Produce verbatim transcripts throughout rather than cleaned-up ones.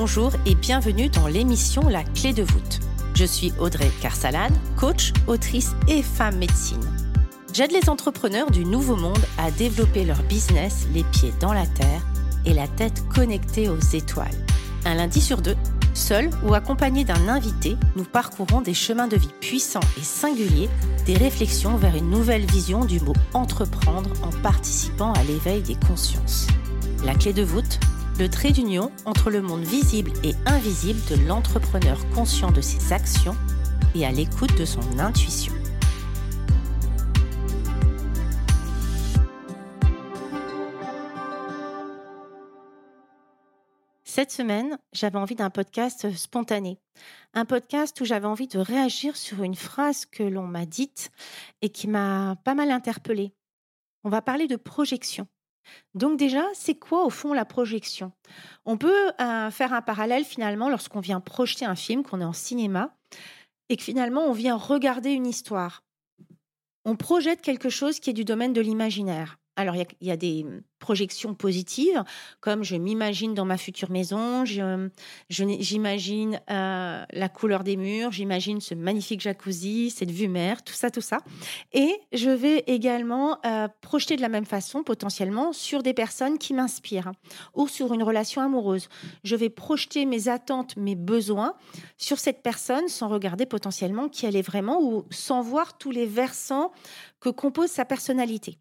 Bonjour et bienvenue dans l'émission La Clé de voûte. Je suis Audrey Carsalade, coach, autrice et femme médecine. J'aide les entrepreneurs du nouveau monde à développer leur business les pieds dans la terre et la tête connectée aux étoiles. Un lundi sur deux, seul ou accompagné d'un invité, nous parcourons des chemins de vie puissants et singuliers, des réflexions vers une nouvelle vision du mot entreprendre en participant à l'éveil des consciences. La clé de voûte, le trait d'union entre le monde visible et invisible de l'entrepreneur conscient de ses actions et à l'écoute de son intuition. Cette semaine, j'avais envie d'un podcast spontané. Un podcast où j'avais envie de réagir sur une phrase que l'on m'a dite et qui m'a pas mal interpellée. On va parler de projection. Donc déjà, c'est quoi au fond la projection ? On peut euh, faire un parallèle finalement lorsqu'on vient projeter un film, qu'on est en cinéma, et que finalement on vient regarder une histoire. On projette quelque chose qui est du domaine de l'imaginaire. Alors, il y, y a des projections positives, comme je m'imagine dans ma future maison, je, je, j'imagine euh, la couleur des murs, j'imagine ce magnifique jacuzzi, cette vue mer, tout ça, tout ça. Et je vais également euh, projeter de la même façon, potentiellement, sur des personnes qui m'inspirent ou sur une relation amoureuse. Je vais projeter mes attentes, mes besoins sur cette personne sans regarder potentiellement qui elle est vraiment ou sans voir tous les versants que compose sa personnalité.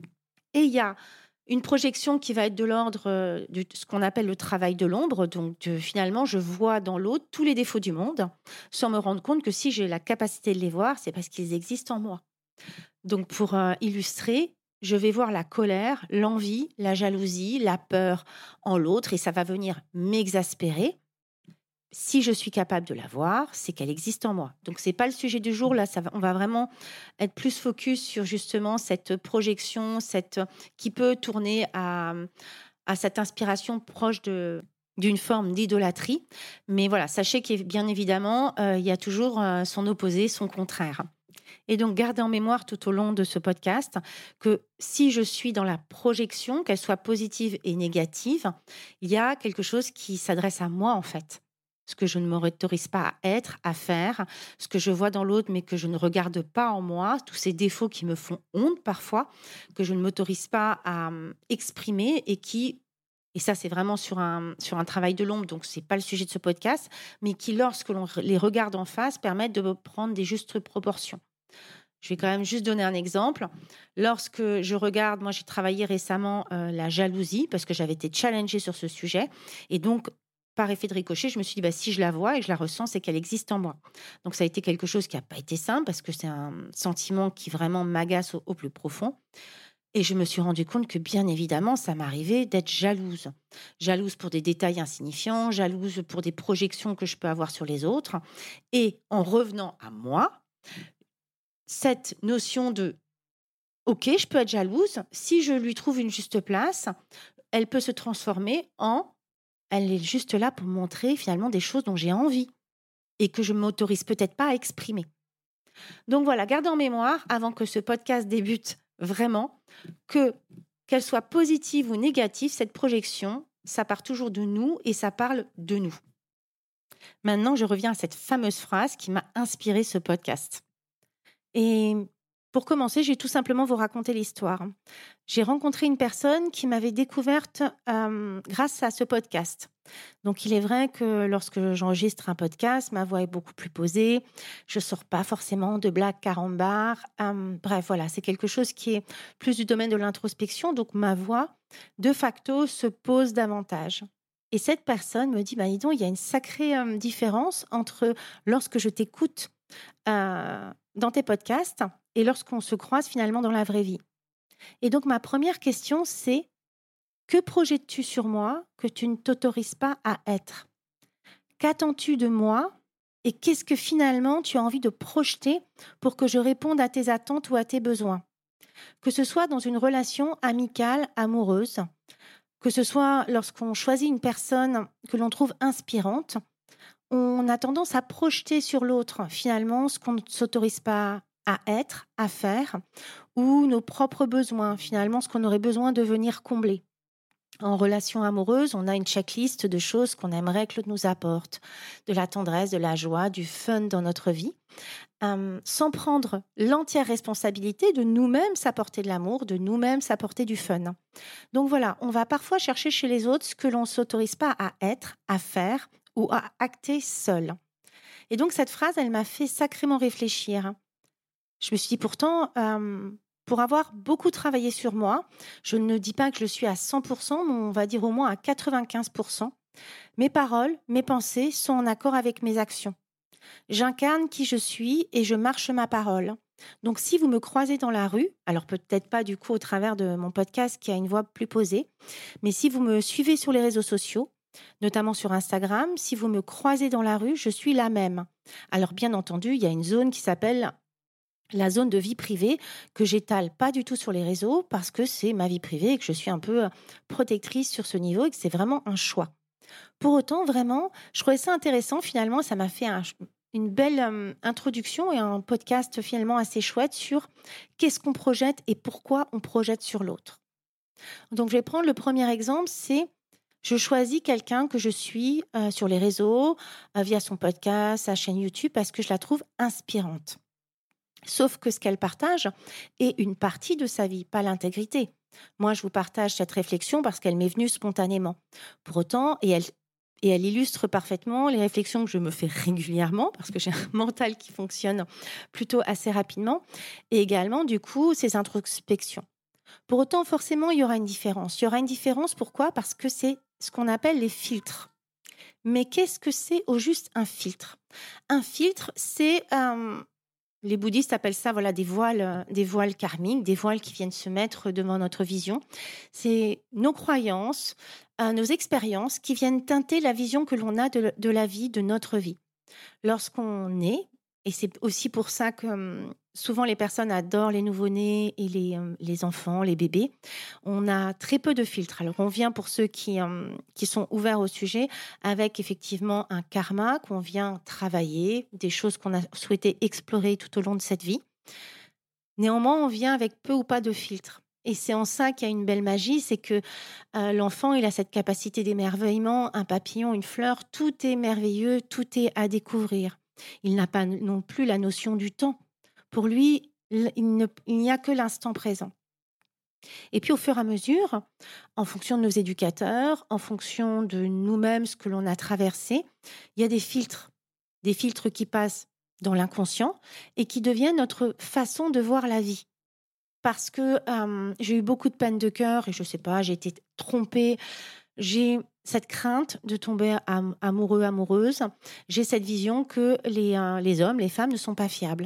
Et il y a une projection qui va être de l'ordre de ce qu'on appelle le travail de l'ombre. Donc, euh, finalement, je vois dans l'autre tous les défauts du monde sans me rendre compte que si j'ai la capacité de les voir, c'est parce qu'ils existent en moi. Donc, pour euh, illustrer, je vais voir la colère, l'envie, la jalousie, la peur en l'autre et ça va venir m'exaspérer. Si je suis capable de la voir, c'est qu'elle existe en moi. Donc, ce n'est pas le sujet du jour. Là, ça va, on va vraiment être plus focus sur justement cette projection, cette, qui peut tourner à, à cette inspiration proche de, d'une forme d'idolâtrie. Mais voilà, sachez qu'il bien évidemment, euh, il y a toujours euh, son opposé, son contraire. Et donc, gardez en mémoire tout au long de ce podcast que si je suis dans la projection, qu'elle soit positive et négative, il y a quelque chose qui s'adresse à moi en fait. Ce que je ne m'autorise pas à être, à faire, ce que je vois dans l'autre mais que je ne regarde pas en moi, tous ces défauts qui me font honte parfois, que je ne m'autorise pas à euh, exprimer et qui, et ça c'est vraiment sur un, sur un travail de l'ombre, donc ce n'est pas le sujet de ce podcast, mais qui lorsque l'on les regarde en face permettent de prendre des justes proportions. Je vais quand même juste donner un exemple. Lorsque je regarde, moi j'ai travaillé récemment euh, la jalousie parce que j'avais été challengée sur ce sujet et donc par effet de ricochet, je me suis dit, bah, si je la vois et que je la ressens, c'est qu'elle existe en moi. Donc, ça a été quelque chose qui n'a pas été simple parce que c'est un sentiment qui vraiment m'agace au, au plus profond. Et je me suis rendu compte que, bien évidemment, ça m'arrivait d'être jalouse. Jalouse pour des détails insignifiants, jalouse pour des projections que je peux avoir sur les autres. Et en revenant à moi, cette notion de, OK, je peux être jalouse, si je lui trouve une juste place, elle peut se transformer en elle est juste là pour montrer finalement des choses dont j'ai envie et que je ne m'autorise peut-être pas à exprimer. Donc voilà, gardez en mémoire, avant que ce podcast débute vraiment, que qu'elle soit positive ou négative, cette projection, ça part toujours de nous et ça parle de nous. Maintenant, je reviens à cette fameuse phrase qui m'a inspiré ce podcast. Et pour commencer, je vais tout simplement vous raconter l'histoire. J'ai rencontré une personne qui m'avait découverte euh, grâce à ce podcast. Donc, il est vrai que lorsque j'enregistre un podcast, ma voix est beaucoup plus posée. Je ne sors pas forcément de blagues carambars. Euh, bref, voilà, c'est quelque chose qui est plus du domaine de l'introspection. Donc, ma voix, de facto, se pose davantage. Et cette personne me dit, bah, dis donc, il y a une sacrée euh, différence entre lorsque je t'écoute euh, dans tes podcasts et lorsqu'on se croise finalement dans la vraie vie. Et donc, ma première question, c'est que projettes-tu sur moi que tu ne t'autorises pas à être ? Qu'attends-tu de moi ? Et qu'est-ce que finalement tu as envie de projeter pour que je réponde à tes attentes ou à tes besoins ? Que ce soit dans une relation amicale, amoureuse, que ce soit lorsqu'on choisit une personne que l'on trouve inspirante, on a tendance à projeter sur l'autre finalement ce qu'on ne s'autorise pas à être, à faire, ou nos propres besoins, finalement ce qu'on aurait besoin de venir combler. En relation amoureuse, on a une checklist de choses qu'on aimerait que l'autre nous apporte, de la tendresse, de la joie, du fun dans notre vie, euh, sans prendre l'entière responsabilité de nous-mêmes s'apporter de l'amour, de nous-mêmes s'apporter du fun. Donc voilà, on va parfois chercher chez les autres ce que l'on ne s'autorise pas à être, à faire ou à acter seul. Et donc cette phrase, elle m'a fait sacrément réfléchir. Je me suis dit pourtant, euh, pour avoir beaucoup travaillé sur moi, je ne dis pas que je suis à cent pour cent, mais on va dire au moins à quatre-vingt-quinze pour cent. Mes paroles, mes pensées sont en accord avec mes actions. J'incarne qui je suis et je marche ma parole. Donc si vous me croisez dans la rue, alors peut-être pas du coup au travers de mon podcast qui a une voix plus posée, mais si vous me suivez sur les réseaux sociaux, notamment sur Instagram, si vous me croisez dans la rue, je suis la même. Alors bien entendu, il y a une zone qui s'appelle la zone de vie privée que j'étale pas du tout sur les réseaux parce que c'est ma vie privée et que je suis un peu protectrice sur ce niveau et que c'est vraiment un choix. Pour autant, vraiment, je trouvais ça intéressant. Finalement, ça m'a fait un- une belle euh, introduction et un podcast finalement assez chouette sur qu'est-ce qu'on projette et pourquoi on projette sur l'autre. Donc, je vais prendre le premier exemple, c'est je choisis quelqu'un que je suis euh, sur les réseaux, euh, via son podcast, sa chaîne YouTube, parce que je la trouve inspirante. Sauf que ce qu'elle partage est une partie de sa vie, pas l'intégrité. Moi, je vous partage cette réflexion parce qu'elle m'est venue spontanément. Pour autant, et elle, et elle illustre parfaitement les réflexions que je me fais régulièrement parce que j'ai un mental qui fonctionne plutôt assez rapidement, et également, du coup, ces introspections. Pour autant, forcément, il y aura une différence. Il y aura une différence, pourquoi ? Parce que c'est ce qu'on appelle les filtres. Mais qu'est-ce que c'est au juste un filtre ? Un filtre, c'est... euh, les bouddhistes appellent ça voilà, des voiles, euh, des voiles karmiques, des voiles qui viennent se mettre devant notre vision. C'est nos croyances, euh, nos expériences qui viennent teinter la vision que l'on a de, de la vie, de notre vie. Lorsqu'on est, et c'est aussi pour ça que hum, souvent les personnes adorent les nouveau-nés et les, hum, les enfants, les bébés, on a très peu de filtres. Alors on vient pour ceux qui, hum, qui sont ouverts au sujet avec effectivement un karma qu'on vient travailler, des choses qu'on a souhaité explorer tout au long de cette vie. Néanmoins, on vient avec peu ou pas de filtres. Et c'est en ça qu'il y a une belle magie, c'est que euh, l'enfant, il a cette capacité d'émerveillement, un papillon, une fleur, tout est merveilleux, tout est à découvrir. Il n'a pas non plus la notion du temps. Pour lui, il ne- il n'y a que l'instant présent. Et puis au fur et à mesure, en fonction de nos éducateurs, en fonction de nous-mêmes, ce que l'on a traversé, il y a des filtres, des filtres qui passent dans l'inconscient et qui deviennent notre façon de voir la vie. Parce que euh, j'ai eu beaucoup de peine de cœur et je sais pas, j'ai été trompée, j'ai cette crainte de tomber am- amoureux, amoureuse, j'ai cette vision que les, euh, les hommes, les femmes ne sont pas fiables.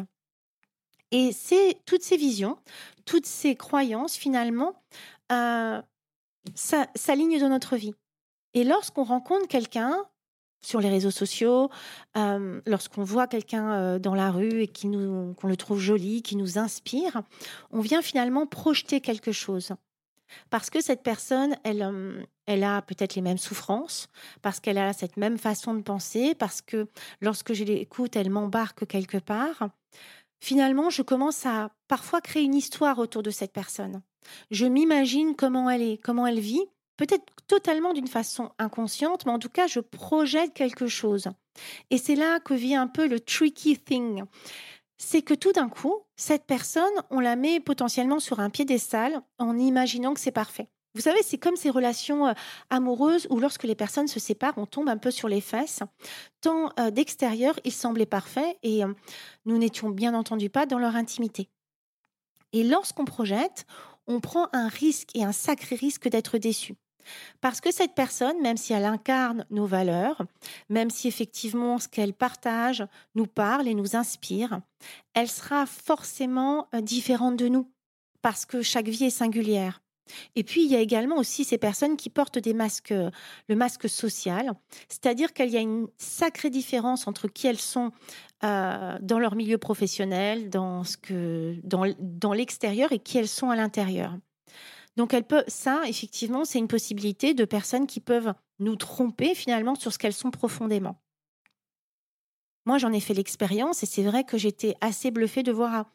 Et c'est toutes ces visions, toutes ces croyances, finalement, euh, ça s'aligne dans notre vie. Et lorsqu'on rencontre quelqu'un sur les réseaux sociaux, euh, lorsqu'on voit quelqu'un euh, dans la rue et qui nous, qu'on le trouve joli, qui nous inspire, on vient finalement projeter quelque chose. Parce que cette personne, elle, euh, elle a peut-être les mêmes souffrances, parce qu'elle a cette même façon de penser, parce que lorsque je l'écoute, elle m'embarque quelque part. Finalement, je commence à parfois créer une histoire autour de cette personne. Je m'imagine comment elle est, comment elle vit, peut-être totalement d'une façon inconsciente, mais en tout cas, je projette quelque chose. Et c'est là que vient un peu le tricky thing. C'est que tout d'un coup, cette personne, on la met potentiellement sur un piédestal en imaginant que c'est parfait. Vous savez, c'est comme ces relations euh, amoureuses où lorsque les personnes se séparent, on tombe un peu sur les fesses. Tant euh, d'extérieur, ils semblaient parfaits et euh, nous n'étions bien entendu pas dans leur intimité. Et lorsqu'on projette, on prend un risque et un sacré risque d'être déçu. Parce que cette personne, même si elle incarne nos valeurs, même si effectivement ce qu'elle partage nous parle et nous inspire, elle sera forcément euh, différente de nous. Parce que chaque vie est singulière. Et puis, il y a également aussi ces personnes qui portent des masques, euh, le masque social, c'est-à-dire qu'il y a une sacrée différence entre qui elles sont euh, dans leur milieu professionnel, dans, ce que, dans, dans l'extérieur et qui elles sont à l'intérieur. Donc, elle peut, ça, effectivement, c'est une possibilité de personnes qui peuvent nous tromper finalement sur ce qu'elles sont profondément. Moi, j'en ai fait l'expérience et c'est vrai que j'étais assez bluffée de voir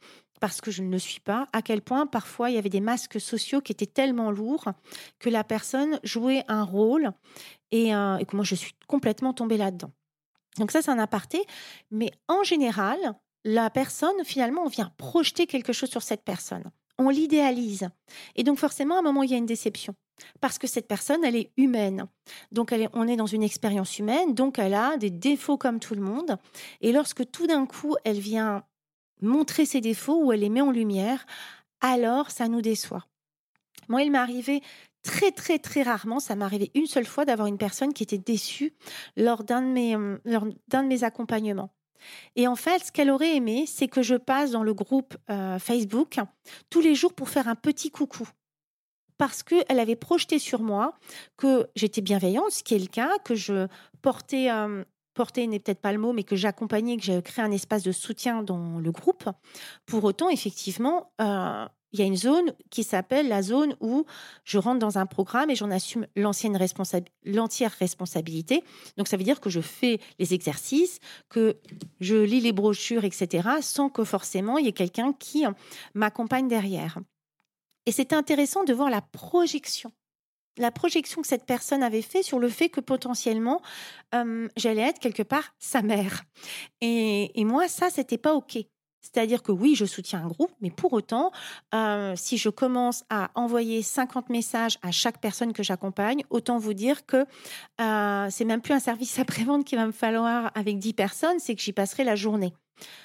parce que je ne le suis pas, à quel point parfois il y avait des masques sociaux qui étaient tellement lourds que la personne jouait un rôle et, euh, et que moi je suis complètement tombée là-dedans. Donc ça, c'est un aparté, mais en général, la personne, finalement, on vient projeter quelque chose sur cette personne. On l'idéalise. Et donc forcément, à un moment, il y a une déception. Parce que cette personne, elle est humaine. Donc elle est, on est dans une expérience humaine, donc elle a des défauts comme tout le monde. Et lorsque tout d'un coup, elle vient montrer ses défauts ou elle les met en lumière, alors ça nous déçoit. Moi, il m'est arrivé très, très, très rarement, ça m'est arrivé une seule fois d'avoir une personne qui était déçue lors d'un de mes, euh, lors d'un de mes accompagnements. Et en fait, ce qu'elle aurait aimé, c'est que je passe dans le groupe euh, Facebook tous les jours pour faire un petit coucou. Parce qu'elle avait projeté sur moi que j'étais bienveillante, ce qui est le cas, que je portais, euh, porter n'est peut-être pas le mot, mais que j'accompagnais, que j'avais créé un espace de soutien dans le groupe. Pour autant, effectivement, euh, il y a une zone qui s'appelle la zone où je rentre dans un programme et j'en assume l'ancienne responsab- l'entière responsabilité. Donc, ça veut dire que je fais les exercices, que je lis les brochures, et cetera, sans que forcément il y ait quelqu'un qui euh, m'accompagne derrière. Et c'était intéressant de voir la projection. La projection que cette personne avait fait sur le fait que potentiellement, euh, j'allais être quelque part sa mère. Et, et moi, ça, c'était pas OK. C'est-à-dire que oui, je soutiens un groupe, mais pour autant, euh, si je commence à envoyer cinquante messages à chaque personne que j'accompagne, autant vous dire que euh, c'est même plus un service après-vente qu'il va me falloir avec dix personnes, c'est que j'y passerai la journée.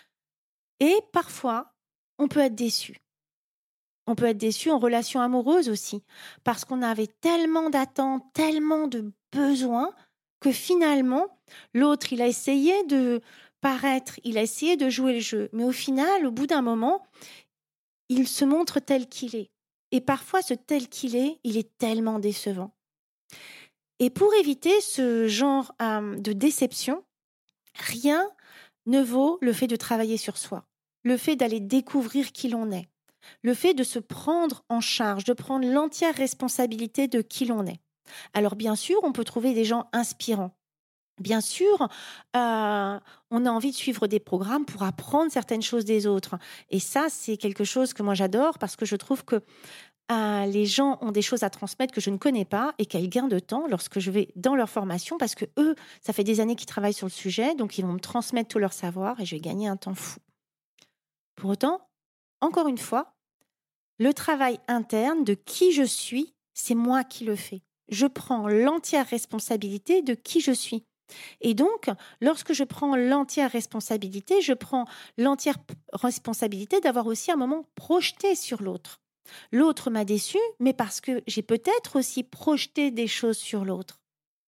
Et parfois, on peut être déçu. On peut être déçu en relation amoureuse aussi, parce qu'on avait tellement d'attentes, tellement de besoins, que finalement, l'autre, il a essayé de paraître, il a essayé de jouer le jeu. Mais au final, au bout d'un moment, il se montre tel qu'il est. Et parfois, ce tel qu'il est, il est tellement décevant. Et pour éviter ce genre euh, de déception, rien ne vaut le fait de travailler sur soi, le fait d'aller découvrir qui l'on est. Le fait de se prendre en charge, de prendre l'entière responsabilité de qui l'on est. Alors bien sûr, on peut trouver des gens inspirants. Bien sûr, euh, on a envie de suivre des programmes pour apprendre certaines choses des autres. Et ça, c'est quelque chose que moi j'adore parce que je trouve que euh, les gens ont des choses à transmettre que je ne connais pas et qu'elles gagnent de temps lorsque je vais dans leur formation parce que eux, ça fait des années qu'ils travaillent sur le sujet, donc ils vont me transmettre tout leur savoir et je vais gagner un temps fou. Pour autant, encore une fois, le travail interne de qui je suis, c'est moi qui le fais. Je prends l'entière responsabilité de qui je suis. Et donc, lorsque je prends l'entière responsabilité, je prends l'entière responsabilité d'avoir aussi un moment projeté sur l'autre. L'autre m'a déçu, mais parce que j'ai peut-être aussi projeté des choses sur l'autre.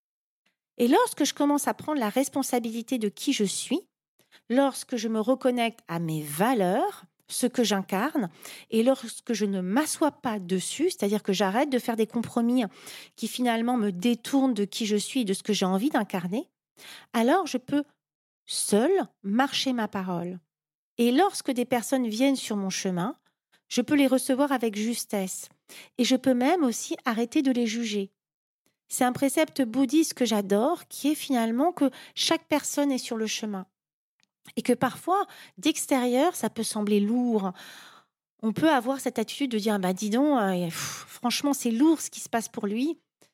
Et lorsque je commence à prendre la responsabilité de qui je suis, lorsque je me reconnecte à mes valeurs, ce que j'incarne, et lorsque je ne m'assois pas dessus, c'est-à-dire que j'arrête de faire des compromis qui finalement me détournent de qui je suis et de ce que j'ai envie d'incarner, alors je peux seule marcher ma parole. Et lorsque des personnes viennent sur mon chemin, je peux les recevoir avec justesse. Et je peux même aussi arrêter de les juger. C'est un précepte bouddhiste que j'adore, qui est finalement que chaque personne est sur le chemin. Et que parfois, d'extérieur, ça peut sembler lourd. On peut avoir cette attitude de dire bah, « dis donc, euh, pff, franchement, c'est lourd ce qui se passe pour lui »,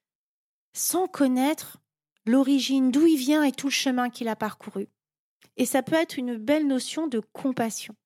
sans connaître l'origine, d'où il vient et tout le chemin qu'il a parcouru. Et ça peut être une belle notion de compassion.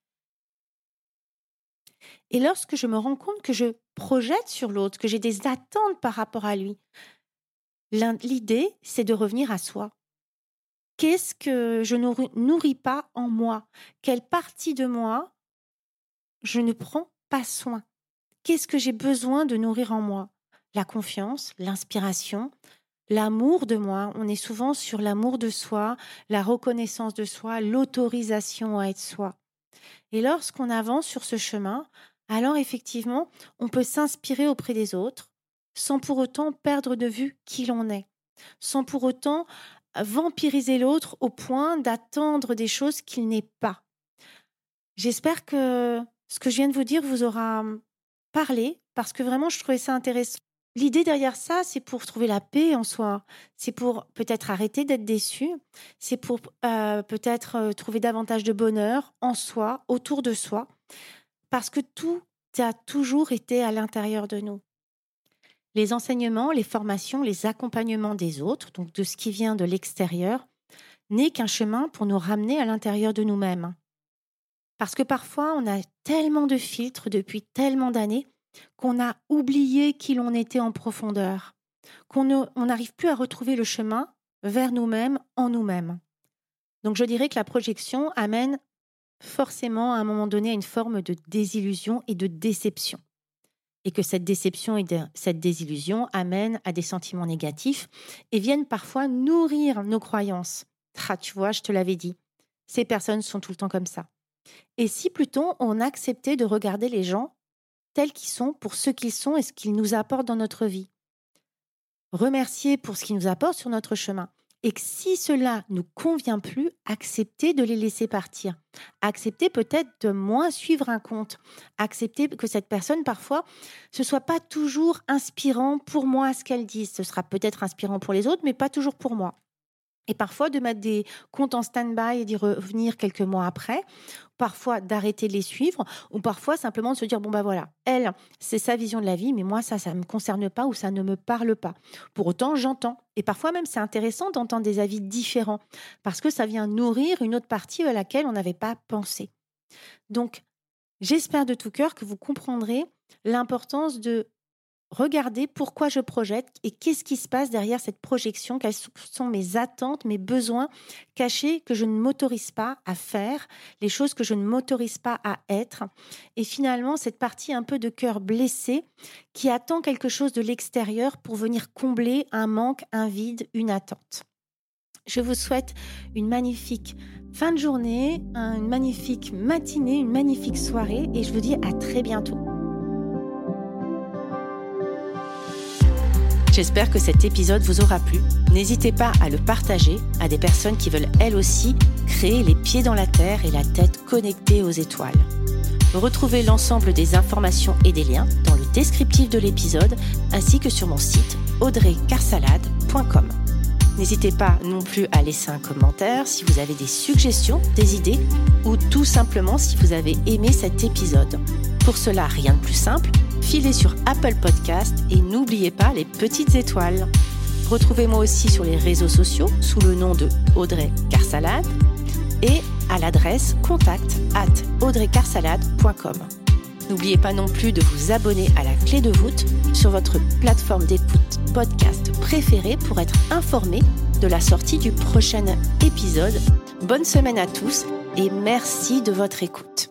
Et lorsque je me rends compte que je projette sur l'autre, que j'ai des attentes par rapport à lui, l'idée, c'est de revenir à soi. Qu'est-ce que je ne nourris pas en moi? Quelle partie de moi je ne prends pas soin? Qu'est-ce que j'ai besoin de nourrir en moi? La confiance, l'inspiration, l'amour de moi. On est souvent sur l'amour de soi, la reconnaissance de soi, l'autorisation à être soi. Et lorsqu'on avance sur ce chemin, alors effectivement, on peut s'inspirer auprès des autres sans pour autant perdre de vue qui l'on est, sans pour autant vampiriser l'autre au point d'attendre des choses qu'il n'est pas. J'espère que ce que je viens de vous dire vous aura parlé, parce que vraiment, je trouvais ça intéressant. L'idée derrière ça, c'est pour trouver la paix en soi, c'est pour peut-être arrêter d'être déçu, c'est pour euh, peut-être euh, trouver davantage de bonheur en soi, autour de soi, Parce que tout a toujours été à l'intérieur de nous. Les enseignements, les formations, les accompagnements des autres, donc de ce qui vient de l'extérieur, n'est qu'un chemin pour nous ramener à l'intérieur de nous-mêmes. Parce que parfois, on a tellement de filtres depuis tellement d'années qu'on a oublié qui l'on était en profondeur, qu'on ne, on n'arrive plus à retrouver le chemin vers nous-mêmes, en nous-mêmes. Donc je dirais que la projection amène forcément à un moment donné à une forme de désillusion et de déception. Et que cette déception et de, cette désillusion amènent à des sentiments négatifs et viennent parfois nourrir nos croyances. Ah, tu vois, je te l'avais dit, ces personnes sont tout le temps comme ça. Et si plutôt on acceptait de regarder les gens tels qu'ils sont, pour ce qu'ils sont et ce qu'ils nous apportent dans notre vie. Remercier pour ce qu'ils nous apportent sur notre chemin. Et que si cela ne nous convient plus, accepter de les laisser partir. Accepter peut-être de moins suivre un compte. Accepter que cette personne, parfois, ce ne soit pas toujours inspirant pour moi ce qu'elle dit. Ce sera peut-être inspirant pour les autres, mais pas toujours pour moi. Et parfois de mettre des comptes en stand-by et d'y revenir quelques mois après, parfois d'arrêter de les suivre, ou parfois simplement de se dire, bon ben voilà, elle, c'est sa vision de la vie, mais moi ça, ça ne me concerne pas ou ça ne me parle pas. Pour autant, j'entends. Et parfois même, c'est intéressant d'entendre des avis différents, parce que ça vient nourrir une autre partie à laquelle on n'avait pas pensé. Donc, j'espère de tout cœur que vous comprendrez l'importance de regardez pourquoi je projette et qu'est-ce qui se passe derrière cette projection, quelles sont mes attentes, mes besoins cachés que je ne m'autorise pas à faire, les choses que je ne m'autorise pas à être. Et finalement, cette partie un peu de cœur blessé qui attend quelque chose de l'extérieur pour venir combler un manque, un vide, une attente. Je vous souhaite une magnifique fin de journée, une magnifique matinée, une magnifique soirée et je vous dis à très bientôt. J'espère que cet épisode vous aura plu. N'hésitez pas à le partager à des personnes qui veulent elles aussi créer les pieds dans la terre et la tête connectée aux étoiles. Retrouvez l'ensemble des informations et des liens dans le descriptif de l'épisode ainsi que sur mon site audrey carsalade point com. N'hésitez pas non plus à laisser un commentaire si vous avez des suggestions, des idées ou tout simplement si vous avez aimé cet épisode. Pour cela, rien de plus simple, filez sur Apple Podcast et n'oubliez pas les petites étoiles. Retrouvez-moi aussi sur les réseaux sociaux sous le nom de Audrey Carsalade et à l'adresse contact arobase audrey carsalade point com. N'oubliez pas non plus de vous abonner à la clé de voûte sur votre plateforme d'écoute podcast préférée pour être informé de la sortie du prochain épisode. Bonne semaine à tous et merci de votre écoute.